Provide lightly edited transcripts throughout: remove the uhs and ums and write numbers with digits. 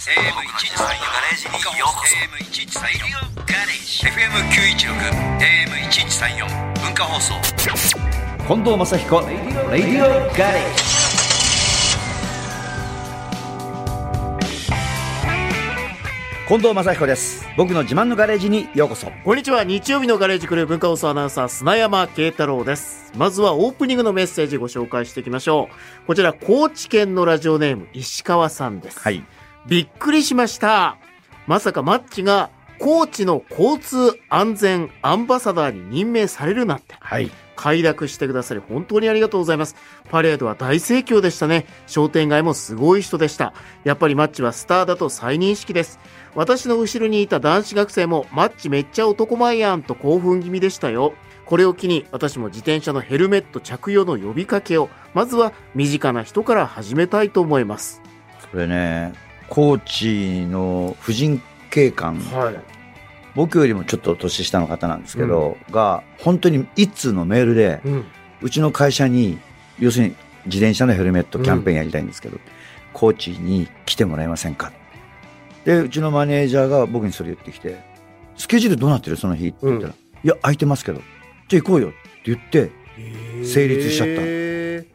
AM1134 ガレージにようこそ。AM1134 ガレージ FM916 AM1134 文化放送。 近藤正彦レディオガレージ。近藤正彦です。僕の自慢のガレージにようこそ。 こんにちは。日曜日のガレージクルー文化放送アナウンサー砂山慶太郎です。まずはオープニングのメッセージご紹介していきましょう。こちら高知県のラジオネーム石川さんです。 はい。 びっくりしました。まさかマッチが高知の交通安全アンバサダーに任命されるなんて。 はい。 快諾してくださり本当にありがとうございます。パレードは大盛況でしたね。商店街もすごい人でした。やっぱりマッチはスターだと再認識です。私の後ろにいた男子学生もマッチめっちゃ男前やんと興奮気味でしたよ。これを機に私も自転車のヘルメット着用の呼びかけをまずは身近な人から始めたいと思います。 これね、高知の婦人警官、 はい、 僕よりもちょっと年下の方なんですけど、が本当に一通のメールで、うちの会社に要するに自転車のヘルメットキャンペーンやりたいんですけど、高知に来てもらえませんか。でうちのマネージャーが僕にそれ言ってきて、スケジュールどうなってるその日って言ったら、いや空いてますけどじゃあ行こうよって言って成立しちゃった。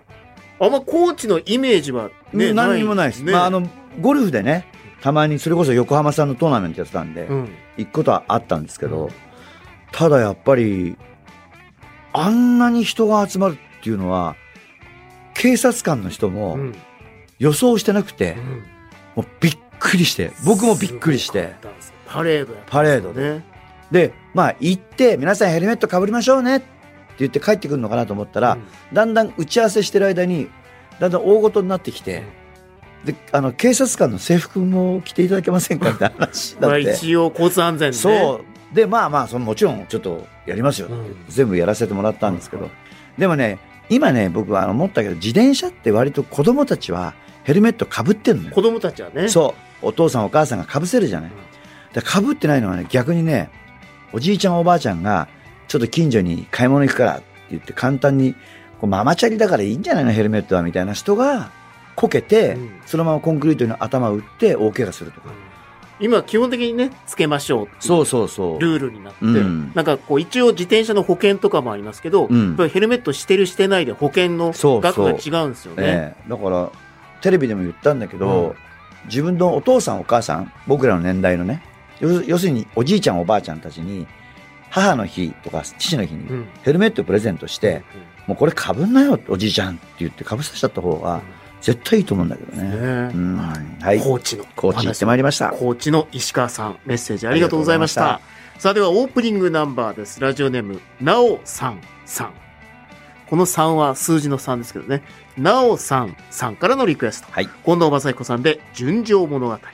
あんま高知のイメージは、ね、 何にもないです、ね。ゴルフでね、たまにそれこそ横浜さんのトーナメントやってたんで、行くことはあったんですけど、ただやっぱりあんなに人が集まるっていうのは警察官の人も予想してなくて、もうびっくりして、僕もびっくりして、 パレードやったんですよね。 パレードで行って皆さんヘルメットかぶりましょうねって言って帰ってくるのかなと思ったら、だんだん打ち合わせしてる間にだんだん大事になってきて、で警察官の制服も着ていただけませんかって話だって、 一応交通安全ね。 そうでもちろんちょっとやりますよって、全部やらせてもらったんですけど、でもね今ね僕は思ったけど、自転車って割と子供たちはヘルメットかぶってんのよ。 子供たちはね。 そうお父さんお母さんがかぶせるじゃない。かぶってないのはね、逆にね、おじいちゃんおばあちゃんがちょっと近所に買い物行くからって言って簡単にママチャリだからいいんじゃないのヘルメットはみたいな人がこけて、そのままコンクリートに頭を打って大怪我するとか、 今基本的にねつけましょうっていうルールになって、なんか一応自転車の保険とかもありますけど、ヘルメットしてるしてないで保険の額が違うんですよね。 だからテレビでも言ったんだけど、自分のお父さんお母さん、僕らの年代のね、要するにおじいちゃんおばあちゃんたちに母の日とか父の日にヘルメットをプレゼントして、もうこれかぶんなよおじいちゃんって言ってかぶさせちゃった方が絶対いいと思うんだけどね。はい、高知行ってまいりました。 高知の石川さん、メッセージありがとうございました。さあではオープニングナンバーです。ラジオネームなおさんさん。この3は数字の3ですけどね。なおさんさんからのリクエスト、近藤正彦さんで純情物語。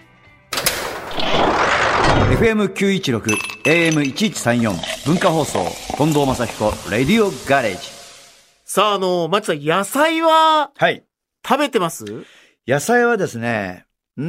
FM916 AM1134 文化放送近藤正彦レディオガレージ。 さあマッチさん、野菜は食べてます？ 野菜はですね、好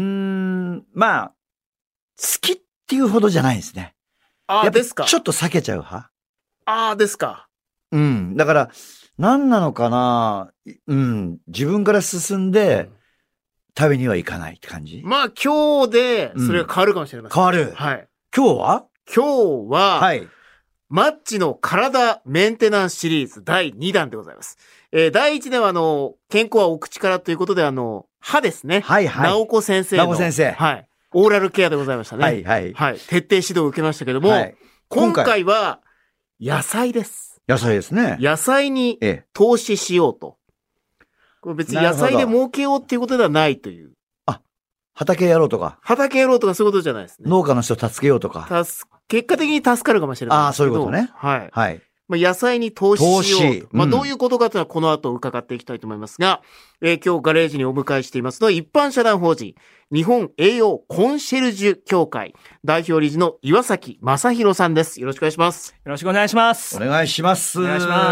きっていうほどじゃないですね。 ですか。 ちょっと避けちゃう派。 ですか。 だから何なのかな、自分から進んで食べには行かないって感じ。 今日でそれが変わるかもしれません。 変わる。 はい。 今日は、 マッチの体メンテナンスシリーズ第2弾でございます。第1弾は健康はお口からということで歯ですね。直子先生の。 直子先生。 オーラルケアでございましたね。徹底指導を受けましたけども、今回は野菜です。 野菜ですね。 野菜に投資しようと。これ別に野菜で儲けようっていうことではないという。 畑やろうとか。 畑やろうとかそういうことじゃないですね。 農家の人助けようとか。 結果的に助かるかもしれないですけど。 そういうことね。 野菜に投資しようと。どういうことかというのはこの後伺っていきたいと思いますが、今日ガレージにお迎えしていますのは一般社団法人日本栄養コンシェルジュ協会代表理事の岩崎正弘さんです。よろしくお願いします。 よろしくお願いします。 お願いします。 お願いします。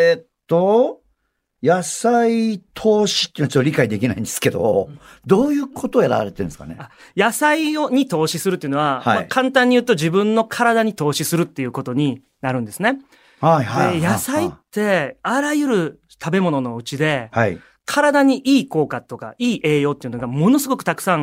野菜投資っていうのはちょっと理解できないんですけど、どういうことをやられてるんですかね。 野菜に投資するっていうのは、簡単に言うと自分の体に投資するっていうことになるんですね。野菜ってあらゆる食べ物のうちで、体にいい効果とかいい栄養っていうのがものすごくたくさん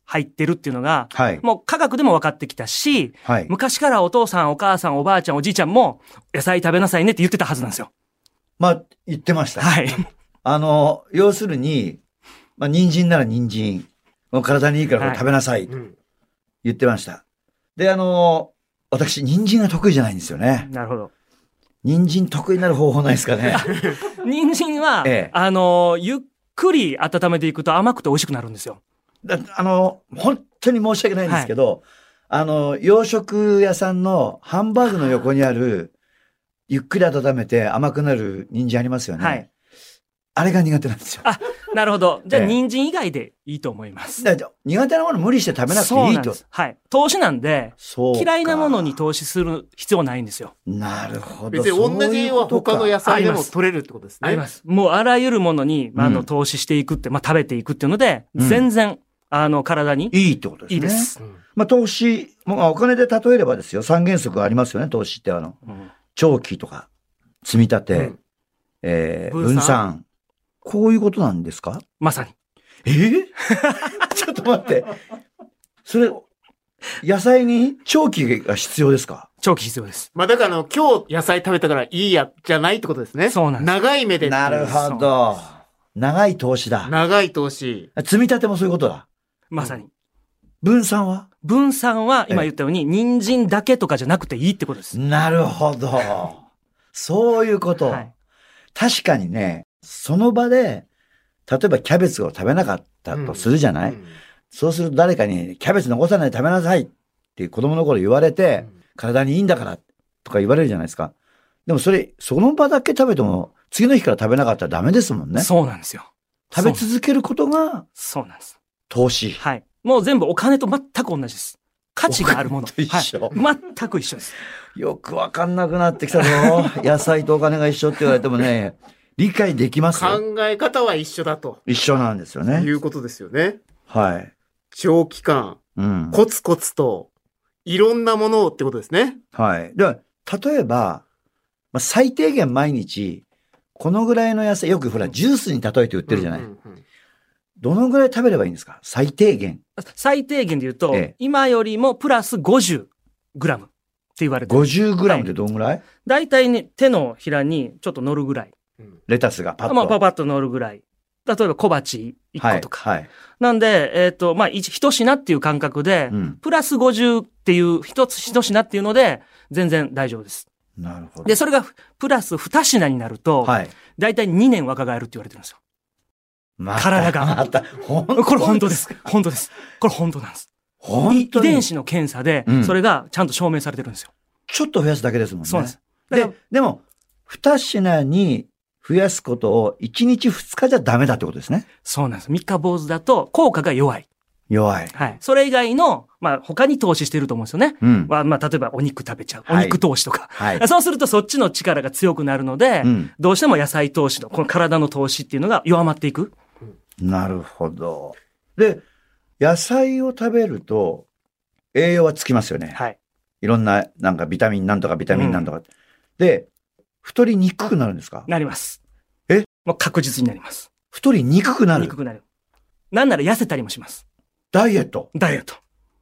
入ってるっていうのが、 はい、 もう科学でも分かってきたし、 はい、 昔からお父さん、お母さん、おばあちゃん、おじいちゃんも野菜食べなさいねって言ってたはずなんですよ。 まあ、言ってました。 はい。 要するに、まあ、人参なら人参。体にいいからこれ食べなさい。言ってました。で、私、人参が得意じゃないんですよね。 なるほど。 人参得意になる方法ないですかね。 人参は、ゆっくり温めていくと甘くて美味しくなるんですよ。 本当に申し訳ないんですけど、洋食屋さんのハンバーグの横にある、ゆっくり温めて甘くなる人参ありますよね。はい。あれが苦手なんですよ。 あ、なるほど。じゃあ、人参以外でいいと思います。 苦手なもの無理して食べなくていいと。 はい。投資なんで、嫌いなものに投資する必要ないんですよ。 なるほど。 別に同じは他の野菜でも取れるってことですね。 あります。もうあらゆるものに、投資していくって、食べていくっていうので、全然、体に。 いいってことですね。 いいです。 投資、お金で例えればですよ、三原則ありますよね、投資って長期とか、積み立て、分散。こういうことなんですか？ まさに。 ちょっと待って。それ、野菜に長期が必要ですか？ 長期必要です。 だから今日野菜食べたからいいや、じゃないってことですね。 そうなんです。 長い目で。 なるほど。長い投資だ。 長い投資。 積み立てもそういうことだ。 まさに。 分散は今言ったように、人参だけとかじゃなくていいってことです。 なるほど。そういうこと。はい、確かにね、その場で、例えばキャベツを食べなかったとするじゃない、そうすると誰かに、キャベツ残さないで食べなさいって子供の頃言われて、体にいいんだからとか言われるじゃないですか。でもその場だけ食べても、次の日から食べなかったらダメですもんね。 そうなんですよ。 食べ続けることが、 そうなんです。 投資。 はい。もう全部お金と全く同じです。価値があるもの。 一緒。 はい、全く一緒です。 よくわかんなくなってきたぞ。野菜とお金が一緒って言われてもね、理解できます？ 考え方は一緒だと。 一緒なんですよね。 いうことですよね。 はい。 長期間、コツコツと、いろんなものをってことですね。 はい。では、例えば、最低限毎日、このぐらいの野菜、よくほら、ジュースに例えて売ってるじゃない。どのぐらい食べればいいんですか？最低限。 最低限で言うと、今よりもプラス50グラムって言われてる。 50グラムってどんぐらい？ だいたいね、手のひらにちょっと乗るぐらい。 レタスがパッと。 パッと乗るぐらい。例えば小鉢1個とか。 はい。 なんで、一品っていう感覚で、プラス50っていう一品っていうので、全然大丈夫です。 なるほど。 で、それがプラス2品になると、だいたい2年若返るって言われてるんですよ。体が。これ本当です。本当です。これ本当なんです。遺伝子の検査で、それがちゃんと証明されてるんですよ。 ちょっと増やすだけですもんね。 そうです。 でも、2品に増やすことを1日2日じゃダメだってことですね。 そうなんです。三日坊主だと効果が弱い。 弱い。 はい。それ以外の、他に投資してると思うんですよね。例えばお肉食べちゃう。お肉投資とか。そうするとそっちの力が強くなるので、どうしても野菜投資の、この体の投資っていうのが弱まっていく。 なるほど。で、野菜を食べると、栄養はつきますよね。 はい。 いろんな、ビタミンなんとかビタミンなんとか。で、太りにくくなるんですか？ なります。もう確実になります。 太りにくくなる？ にくくなる。なんなら痩せたりもします。 ダイエット？ ダイエット。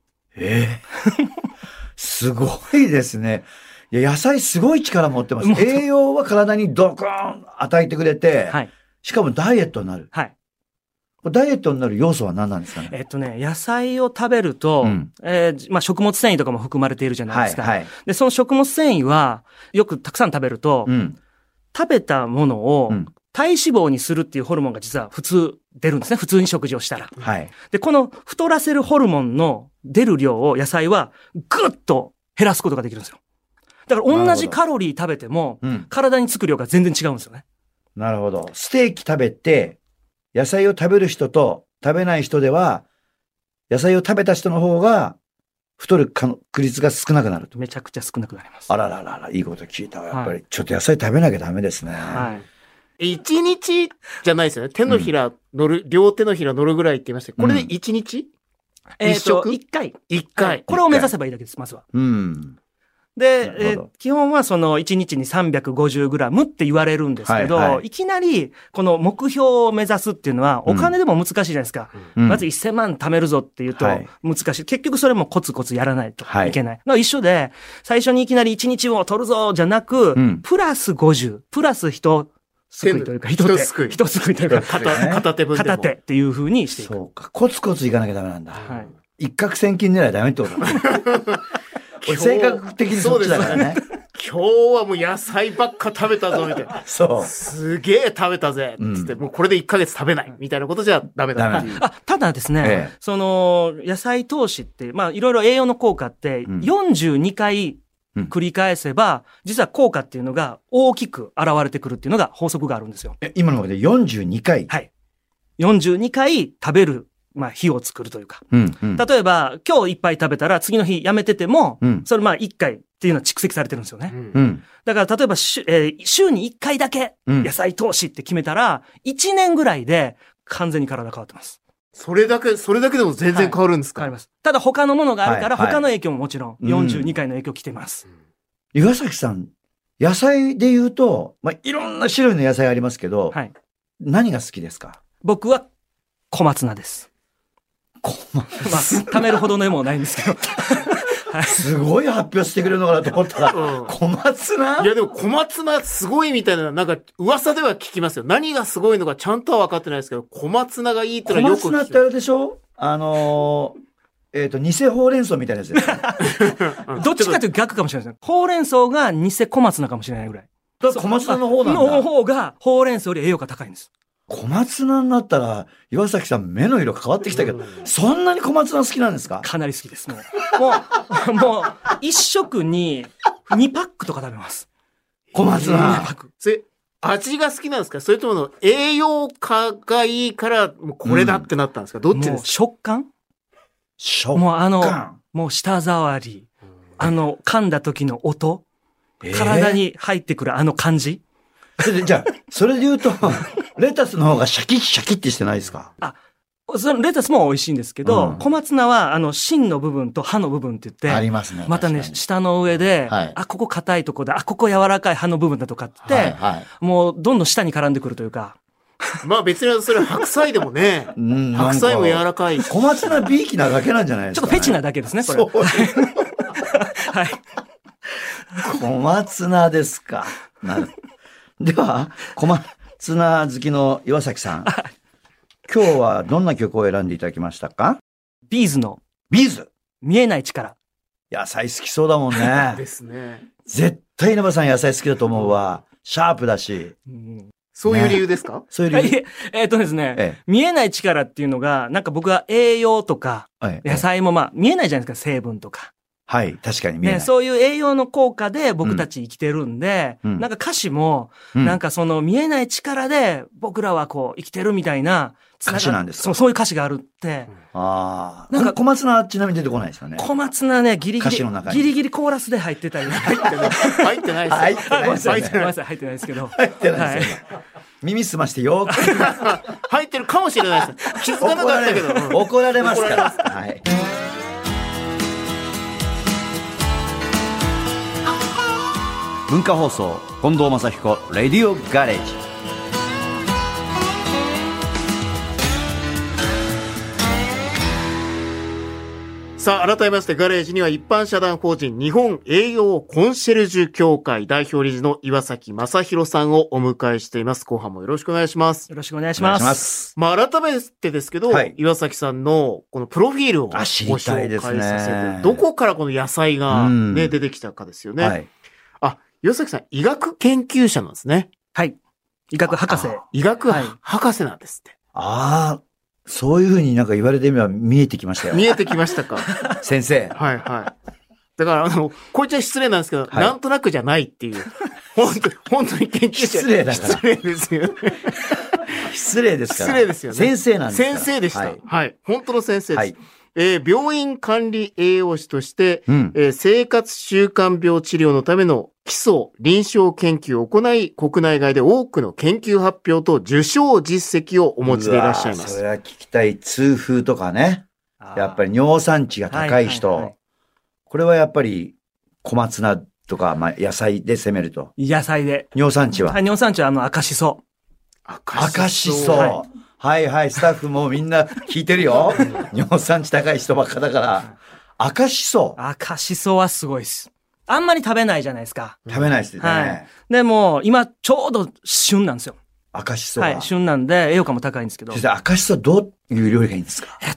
すごいですね。いや、野菜すごい力持ってます。栄養は体にドカーン与えてくれて、しかもダイエットになる。 はい。 ダイエットになる要素は何なんですかね？ 野菜を食べると、食物繊維とかも含まれているじゃないですか。で、その食物繊維は、よくたくさん食べると、食べたものを体脂肪にするっていうホルモンが実は普通出るんですね。普通に食事をしたら。で、この太らせるホルモンの出る量を野菜はぐっと減らすことができるんですよ。だから同じカロリー食べても、体につく量が全然違うんですよね。 なるほど。ステーキ食べて、野菜を食べる人と食べない人では、野菜を食べた人の方が太る確率が少なくなると。 めちゃくちゃ少なくなります。 あらららら、いいこと聞いたわ。やっぱり、ちょっと野菜食べなきゃダメですね。 1日じゃないですよね。手のひら乗る、両手のひら乗るぐらいって言いました。これで1日？ 一食？1回。 1回。 これを目指せばいいだけです、まずは。 で、基本はその1日に350グラムって言われるんですけど、いきなりこの目標を目指すっていうのはお金でも難しいじゃないですか。まず1000万貯めるぞっていうと難しい。結局それもコツコツやらないといけない。一緒で、最初にいきなり1日を取るぞじゃなく、プラス50、プラス人救いというか、人救いというか、 片手分でも。 片手っていう風にしていく。 そうか。コツコツいかなきゃダメなんだ。一攫千金狙いダメってことだ。性格的にそっちだからね。 今日はもう野菜ばっか食べたぞみたいな。 そう。 すげえ食べたぜっつって、もうこれで1ヶ月食べないみたいなことじゃダメだっていう。 ただですね、その野菜投資っていろいろ栄養の効果って42回繰り返せば、実は効果っていうのが大きく現れてくるっていうのが法則があるんですよ。 今のまで42回。 はい。42回食べる。火を作るというか。例えば、今日いっぱい食べたら次の日やめてても、それ1回っていうのは蓄積されてるんですよね。だから例えば週に1回だけ野菜投資って決めたら、1年ぐらいで完全に体変わってます。 それだけでも全然変わるんですか？ 変わります。ただ他のものがあるから、他の影響ももちろん42回の影響来てます。 岩崎さん、野菜で言うと、いろんな種類の野菜ありますけど、何が好きですか？ 僕は小松菜です。貯めるほどの絵もないんですけど。 すごい発表してくれるのかなと思ったら、小松菜？ いやでも小松菜すごいみたいな、なんか噂では聞きますよ。何がすごいのかちゃんとは分かってないですけど、小松菜がいいってのはよく聞きます。 小松菜ってあれでしょ？偽ほうれん草みたいなやつですね。 どっちかというと逆かもしれないですね。ほうれん草が偽小松菜かもしれないぐらい。 小松菜の方なんだ。 の方がほうれん草より栄養価高いんです。 小松菜になったら、岩崎さん目の色変わってきたけど、そんなに小松菜好きなんですか？ かなり好きです。もう一食に2パックとか食べます。 小松菜。 2パック。それ、味が好きなんですか？それとも栄養価がいいから、もうこれだってなったんですか？どっちですか？ 食感もう舌触り、噛んだ時の音、体に入ってくる感じ。 じゃあ、それで言うと、レタスの方がシャキッシャキッてしてないですか？ そのレタスも美味しいんですけど、小松菜は芯の部分と葉の部分って言って、 ありますね。 またね、下の上で、ここ硬いとこだ、ここ柔らかい葉の部分だとかって、もうどんどん下に絡んでくるというか。 別にそれ白菜でもね、白菜も柔らかい。 小松菜ビーキなだけなんじゃないですか？ ちょっとフェチなだけですね、これ。はい。 小松菜ですか。では、小松菜好きの岩崎さん。今日はどんな曲を選んでいただきましたか？ ビーズの。 ビーズ？ 見えない力。 野菜好きそうだもんね。 ですね。 絶対稲葉さん野菜好きだと思うわ。シャープだし。 そういう理由ですか？ そういう理由。 ですね、見えない力っていうのが、なんか僕は栄養とか、野菜も見えないじゃないですか、成分とか。 はい、確かに見えない。 そういう栄養の効果で僕たち生きてるんで、なんか歌詞も、なんかその見えない力で僕らはこう生きてるみたいな、 歌詞なんですか？ そういう歌詞があるって。 なんか小松菜ちなみに出てこないですよね。 小松菜ね、ギリギリコーラスで入ってたり。 入ってないです。 ごめんなさい、入ってないですけど。 入ってないですよ。耳すましてよーく。 入ってるかもしれないです。気づかなかったけど。 怒られますから。はい。文化放送近藤正彦レディオガレージ。 さあ、改めましてガレージには一般社団法人日本栄養コンシェルジュ協会代表理事の岩崎正弘さんをお迎えしています。後半もよろしくお願いします。 よろしくお願いします。 改めてですけど、岩崎さんのこのプロフィールをご紹介させて、どこからこの野菜がね、出てきたかですよね。岩崎さん、医学研究者なんですね。 はい。医学博士。 医学博士なんですって。 そういうふうになんか言われてみれば見えてきましたよ。 見えてきましたか。 先生。 はいはい。だからこいつは失礼なんですけど、なんとなくじゃないっていう。本当に研究者。 失礼だから。 失礼ですよ。 失礼ですから。 失礼ですよね。 先生なんですから。 先生でした。はい。本当の先生です。病院管理栄養士として、生活習慣病治療のための基礎臨床研究を行い、国内外で多くの研究発表と受賞実績をお持ちでいらっしゃいます。 それは聞きたい。痛風とかね。やっぱり尿酸値が高い人。これはやっぱり小松菜とか、まあ、野菜で攻めると。 野菜で。 尿酸値は？ 尿酸値は赤しそ。 赤しそ。はいはい、スタッフもみんな聞いてるよ。尿酸値高い人ばっかだから。赤しそ。 赤しそはすごいです。あんまり食べないじゃないですか。 食べないですね。はい。 でも、今、ちょうど旬なんですよ。 赤しそは。 はい、旬なんで、栄養価も高いんですけど。 先生、赤しそどういう料理がいいんですか？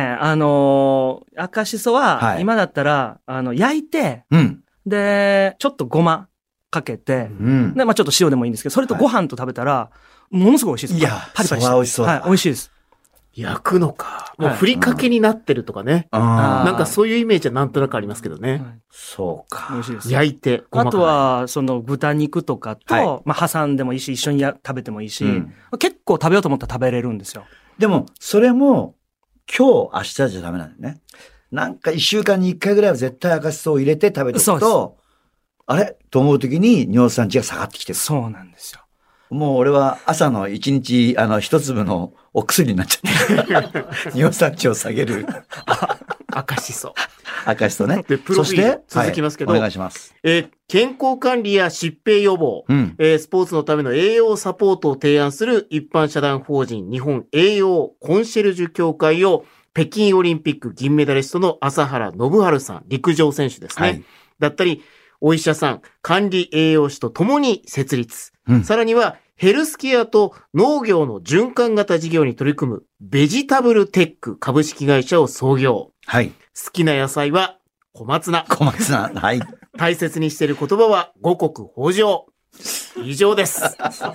赤しそは、今だったら、焼いて、で、ちょっとごまかけて、で、まあちょっと塩でもいいんですけど、それとご飯と食べたら、ものすごい美味しいです。 いや、パリパリして。それは美味しそうだ。 はい、美味しいです。 焼くのか。もうふりかけになってるとかね。なんかそういうイメージはなんとなくありますけどね。 そうか。 美味しいです。 焼いて。 あとは、その豚肉とかと、まあ挟んでもいいし、一緒に食べてもいいし、結構食べようと思ったら食べれるんですよ。 でも、それも、今日、明日じゃダメなんだよね。なんか一週間に一回ぐらいは絶対赤しそを入れて食べておくと、あれと思うときに尿酸値が下がってきてる。 そうなんですよ。 もう俺は朝の一日、一粒のお薬になっちゃって。尿酸値を下げる。 赤しそ。 赤しそね。 で、プロフィール続きますけど、 お願いします。 健康管理や疾病予防、スポーツのための栄養サポートを提案する一般社団法人日本栄養コンシェルジュ協会を北京オリンピック銀メダリストの朝原信治さん、陸上選手ですね。はい、だったり、お医者さん、管理栄養士と共に設立。さらには、ヘルスケアと農業の循環型事業に取り組むベジタブルテック株式会社を創業。 はい。 好きな野菜は小松菜。 小松菜。はい。 大切にしている言葉は五穀豊穣。以上です。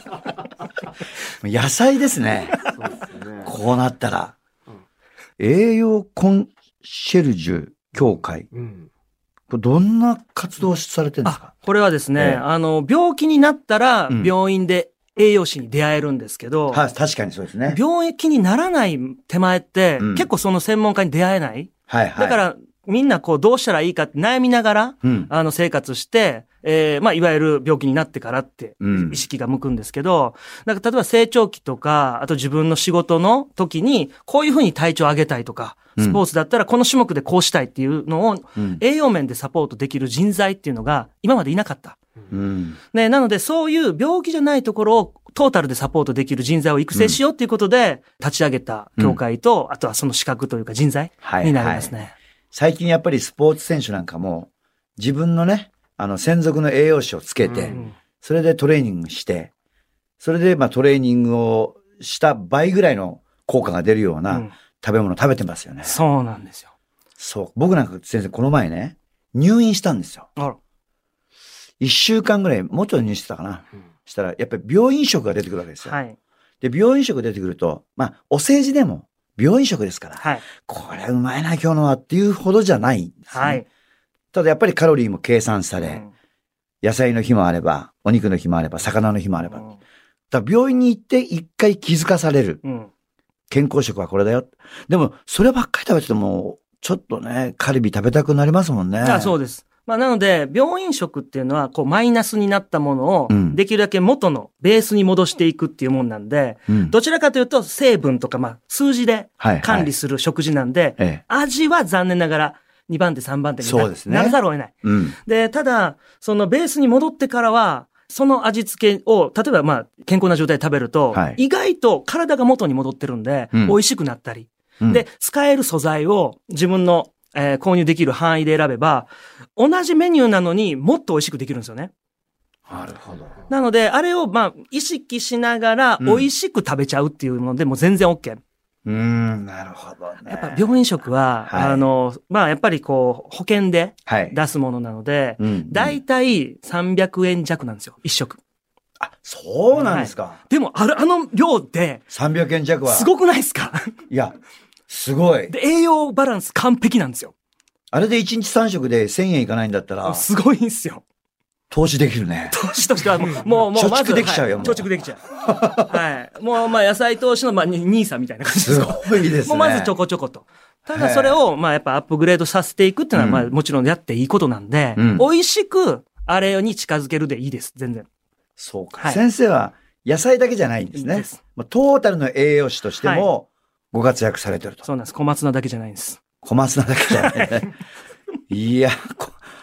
野菜ですね。そうですね。こうなったら。栄養コンシェルジュ協会。これどんな活動をされてるんですか？ これはですね、病気になったら病院で栄養士に出会えるんですけど、 はい、確かにそうですね。 病気にならない手前って、結構その専門家に出会えない。はいはい。だから、みんなこうどうしたらいいかって悩みながら、生活して、まあ、いわゆる病気になってからって意識が向くんですけど、なんか例えば成長期とか、あと自分の仕事の時に、こういうふうに体調を上げたいとか、スポーツだったらこの種目でこうしたいっていうのを、栄養面でサポートできる人材っていうのが今までいなかった。ね、なのでそういう病気じゃないところをトータルでサポートできる人材を育成しようっていうことで立ち上げた協会と、あとはその資格というか人材になりますね。 最近やっぱりスポーツ選手なんかも自分のね、専属の栄養士をつけて、それでトレーニングして、それでまあトレーニングをした倍ぐらいの効果が出るような食べ物を食べてますよね。 そうなんですよ。 そう。僕なんか先生この前ね、入院したんですよ。1週間ぐらい、もうちょっと入院してたかな。したら、やっぱり病院食が出てくるわけですよ。はい。で、病院食出てくると、まあ、お世辞でも病院食ですから、はい。これうまいな、今日のはっていうほどじゃないんですね。はい。ただやっぱりカロリーも計算され、野菜の日もあれば、お肉の日もあれば、魚の日もあれば。だから病院に行って一回気づかされる。健康食はこれだよ。でも、そればっかり食べてても、ちょっとね、カルビ食べたくなりますもんね。 そうです。まあ、なので、病院食っていうのは、こう、マイナスになったものを、できるだけ元のベースに戻していくっていうもんなんで、どちらかというと、成分とか、まあ、数字で管理する食事なんで、味は残念ながら、2番手、3番手にならざるを得ない。で、ただ、そのベースに戻ってからは、その味付けを、例えばまあ、健康な状態で食べると、意外と体が元に戻ってるんで、美味しくなったり。で、使える素材を自分の購入できる範囲で選べば、同じメニューなのにもっと美味しくできるんですよね。 なるほど。 なので、あれをまあ、意識しながら美味しく食べちゃうっていうのでも全然 OK。 なるほどね。 やっぱ病院食は、まあやっぱりこう、保険で出すものなので、だいたい300円弱なんですよ、一食。 あ、そうなんですか。 でも、あの量で、 300円弱は。 すごくないですか？ いや、すごい。 で、栄養バランス完璧なんですよ。 あれで1日3食で1000円いかないんだったら。 すごいんですよ。 投資できるね。 投資としてはもう、 貯蓄できちゃうよ。 貯蓄できちゃう。はい。もう、まあ、野菜投資の、まあ、NISAみたいな感じです。 すごいですね。 もうまずちょこちょこと。ただそれを、まあ、やっぱアップグレードさせていくっていうのは、まあ、もちろんやっていいことなんで、美味しく、あれに近づけるでいいです、全然。 そうか。先生は、野菜だけじゃないんですね。トータルの栄養士としても、ご活躍されてると。 そうなんです。小松菜だけじゃないんです。 小松菜だけじゃないね。いや、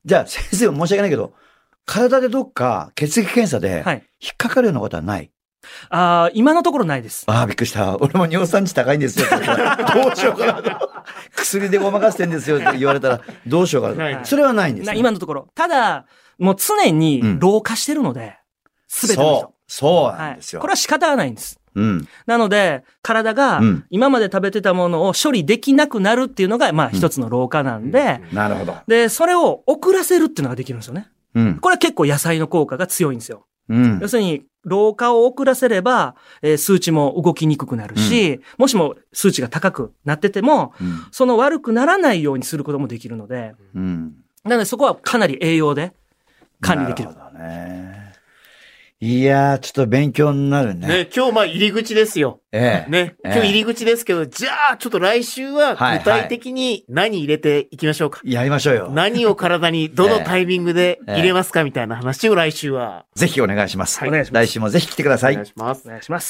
じゃあ先生申し訳ないけど、体でどっか血液検査で引っかかるようなことはない？ 今のところないです。 びっくりした。俺も尿酸値高いんですよ。どうしようかなと。薬でごまかしてんですよって言われたら、どうしようかな。それはないんですね。 今のところ。ただ、もう常に老化してるので、すべての人。 そうなんですよ。 これは仕方がないんです。 うん。 なので、体が今まで食べてたものを処理できなくなるっていうのが、一つの老化なんで、 なるほど。 で、それを遅らせるっていうのができるんですよね。これは結構野菜の効果が強いんですよ。要するに、老化を遅らせれば、数値も動きにくくなるし、もしも数値が高くなってても、その悪くならないようにすることもできるので、なのでそこはかなり栄養で管理できる。 なるほどね。いやー、ちょっと勉強になるね。 今日入り口ですよ。今日入り口ですけど、じゃあ、ちょっと来週は具体的に何入れていきましょうか。 やりましょうよ。 何を体にどのタイミングで入れますかみたいな話を来週は。 ぜひお願いします。 お願いします。 来週もぜひ来てください。 お願いします。 お願いします。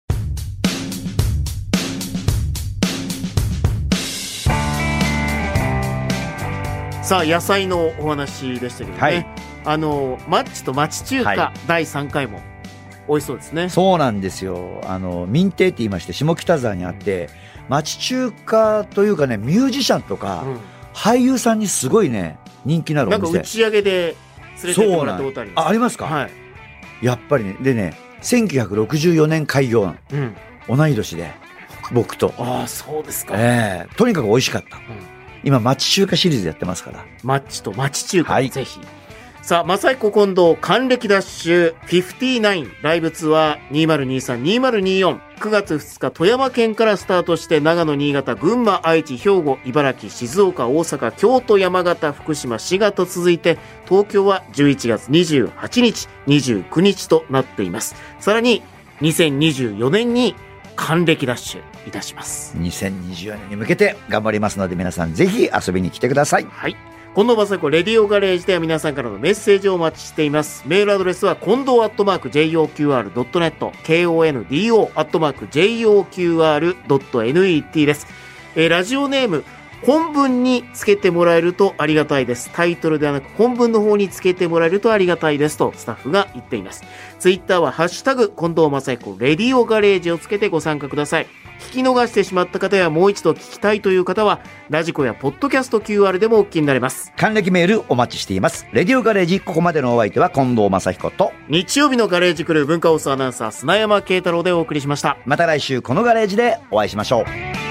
さあ、野菜のお話でしたけどね。マッチと町中華、第3回も美味しそうですね。 そうなんですよ。民邸って言いまして、下北沢にあって、町中華というかね、ミュージシャンとか、俳優さんにすごいね、人気のあるお店。 なんか打ち上げで連れてってもらったことあります。 ありますか？ はい。 やっぱりね、でね、1964年開業、同い年で、僕と。 そうですか。 とにかく美味しかった。今、町中華シリーズやってますから。 マッチと町中華、ぜひ。さあ、正彦近藤還暦ダッシュ59ライブツアー2023-2024 9月2日富山県からスタートして長野、新潟、群馬、愛知、兵庫、茨城、静岡、大阪、京都、山形、福島、滋賀と続いて東京は11月28日、29日となっています。さらに2024年に還暦ダッシュいたします。 2024年に向けて頑張りますので皆さんぜひ遊びに来てください。 はい。近藤正彦レディオガレージでは皆さんからのメッセージをお待ちしています。メールアドレスは近藤@joqr.net kondo@joqr.net です。ラジオネーム本文につけてもらえるとありがたいです。タイトルではなく本文の方につけてもらえるとありがたいですとスタッフが言っています。ツイッターはハッシュタグ近藤正彦レディオガレージをつけてご参加ください。聞き逃してしまった方やもう一度聞きたいという方はラジコやポッドキャスト QR でもお聞きになれます。 還暦メールお待ちしています。レディオガレージ、ここまでのお相手は近藤正彦と日曜日のガレージクルー文化放送アナウンサー砂山慶太郎でお送りしました。 また来週このガレージでお会いしましょう。